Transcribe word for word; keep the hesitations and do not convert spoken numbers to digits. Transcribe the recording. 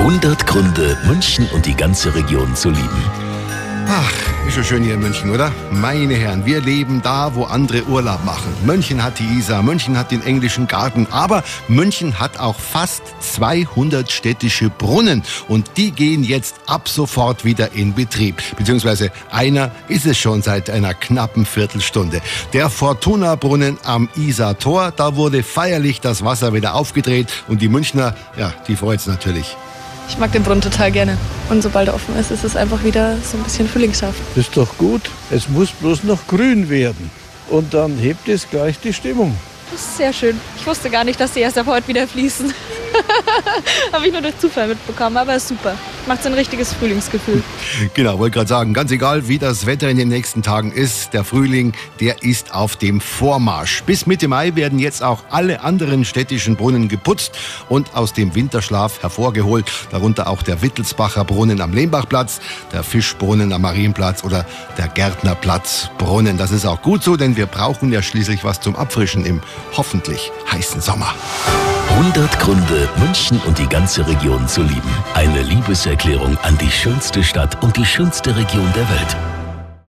hundert Gründe, München und die ganze Region zu lieben. Ach, ist schon schön hier in München, oder? Meine Herren, wir leben da, wo andere Urlaub machen. München hat die Isar, München hat den englischen Garten, aber München hat auch fast zweihundert städtische Brunnen und die gehen jetzt ab sofort wieder in Betrieb. Beziehungsweise einer ist es schon seit einer knappen Viertelstunde. Der Fortuna-Brunnen am Isar-Tor, da wurde feierlich das Wasser wieder aufgedreht und die Münchner, ja, die freut's natürlich. Ich mag den Brunnen total gerne. Und sobald er offen ist, ist es einfach wieder so ein bisschen frühlingshaft. Das ist doch gut. Es muss bloß noch grün werden. Und dann hebt es gleich die Stimmung. Das ist sehr schön. Ich wusste gar nicht, dass die erst ab heute wieder fließen. Habe ich nur durch Zufall mitbekommen, aber ist super. Macht so ein richtiges Frühlingsgefühl. Genau, wollte gerade sagen, ganz egal, wie das Wetter in den nächsten Tagen ist, der Frühling, der ist auf dem Vormarsch. Bis Mitte Mai werden jetzt auch alle anderen städtischen Brunnen geputzt und aus dem Winterschlaf hervorgeholt. Darunter auch der Wittelsbacher Brunnen am Lehmbachplatz, der Fischbrunnen am Marienplatz oder der Gärtnerplatz Brunnen. Das ist auch gut so, denn wir brauchen ja schließlich was zum Abfrischen im hoffentlich heißen Sommer. hundert Gründe, München und die ganze Region zu lieben. Eine Liebeserklärung an die schönste Stadt und die schönste Region der Welt.